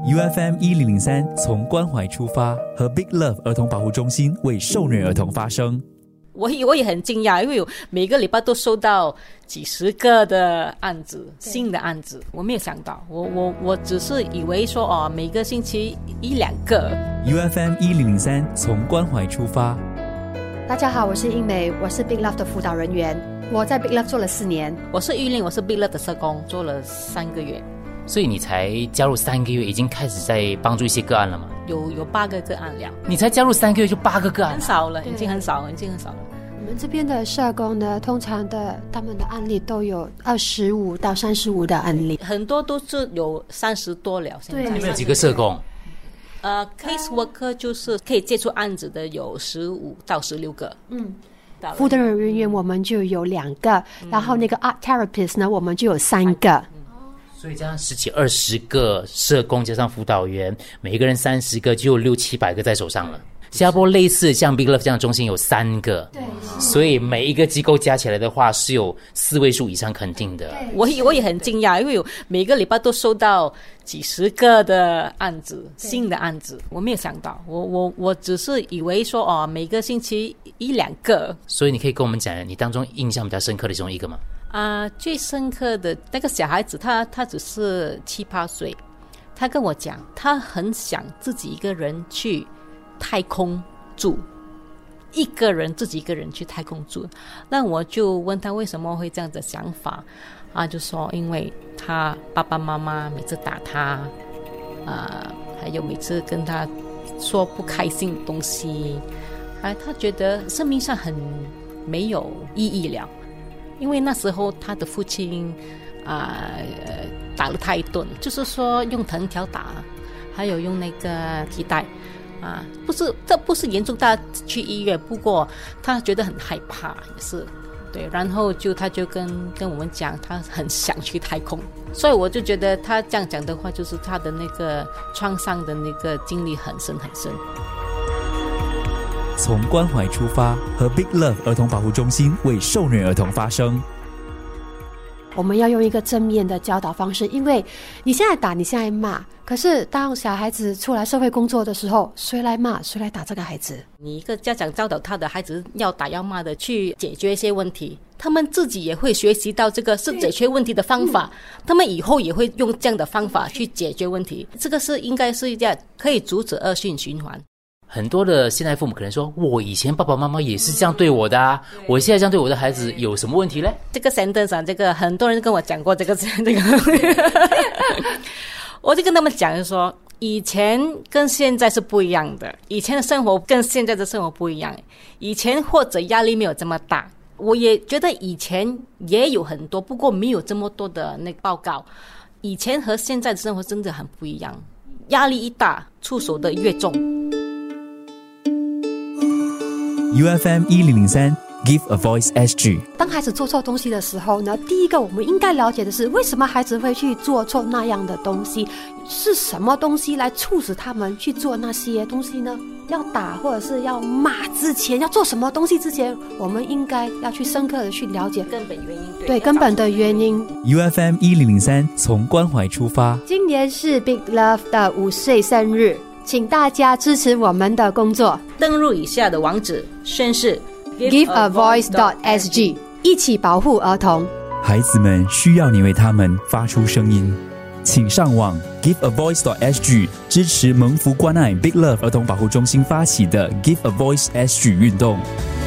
UFM 1003从关怀出发，和 Big Love 儿童保护中心为受虐儿童发声。 我也很惊讶，因为每个礼拜都收到几十个的案子，新的案子，我没有想到，我只是以为说每个星期一两个。 UFM 1003从关怀出发。 大家好，我是英美，我是 Big Love 的辅导人员，我在 Big Love 做了4年。 我是玉玲，我是 Big Love 的社工，做了3个月。 所以你才加入3个月，已经开始在帮助一些个案了吗？ 有8个个案了。 你才加入3个月就8个个案， 很少了，已经很少了。 我们这边的社工呢，通常他们的案例都有25到35的案例， 很多都是有30多了。现在你们有几个社工 ？case worker 就是可以接触案子的有15到16个。 辅导人员我们就有2个，然后那个 art therapist 呢，我们就有3个。 所以这样10几20个社工加上辅导员，每一个人30个，就有600-700个在手上了。新加坡类似像 Big Love 这样的中心有3个，对，所以每一个机构加起来的话是有4位数以上肯定的。 我也很惊讶，因为每个礼拜都收到几十个的案子，新的案子，我没有想到，我只是以为说每个星期一两个。 所以你可以跟我们讲，你当中印象比较深刻的其中一个吗？ 最深刻的那个小孩子，他只是7、8岁，他跟我讲，他很想自己一个人去太空住，自己一个人去太空住。那我就问他为什么会这样的想法就说因为他爸爸妈妈每次打他还有每次跟他说不开心的东西他觉得生命上很没有意义了。因为那时候他的父亲打了他一顿，就是说用藤条打，还有用那个皮带这不是严重到去医院，不过他觉得很害怕也是对，然后他就跟我们讲他很想去太空，所以我就觉得他这样讲的话，就是他的那个创伤的那个经历很深很深。 从关怀出发，和 Big Love 儿童保护中心为受虐儿童发声。 我们要用一个正面的教导方式，因为你现在打，你现在骂，可是当小孩子出来社会工作的时候，谁来骂，谁来打这个孩子？ 你一个家长教导他的孩子要打要骂的去解决一些问题，他们自己也会学习到这个是解决问题的方法，他们以后也会用这样的方法去解决问题，这个是应该是可以阻止恶性循环。 很多的现代父母可能说，我以前爸爸妈妈也是这样对我的我现在这样对我的孩子有什么问题呢？ 这个 sentence 这个很多人跟我讲过这个我就跟他们讲说，以前跟现在是不一样的，以前的生活跟现在的生活不一样，以前或者压力没有这么大，我也觉得以前也有很多，不过没有这么多的那个报告，以前和现在的生活真的很不一样，压力一大，出手的越重。 UFM 1003 Give a Voice SG。 当孩子做错东西的时候呢，第一个我们应该了解的是，为什么孩子会去做错那样的东西，是什么东西来促使他们去做那些东西呢？要打或者是要骂之前，要做什么东西之前，我们应该要去深刻的去了解根本原因。 对根本的原因。 UFM 1003从关怀出发。 今年是 Big Love 的5岁生日，请大家支持我们的工作， 登入以下的网址宣示 giveavoice.sg， 一起保护儿童。 孩子们需要你为他们发出声音，请上网 giveavoice.sg 支持蒙福关爱 Big Love 儿童保护中心发起的 Give a Voice SG 运动。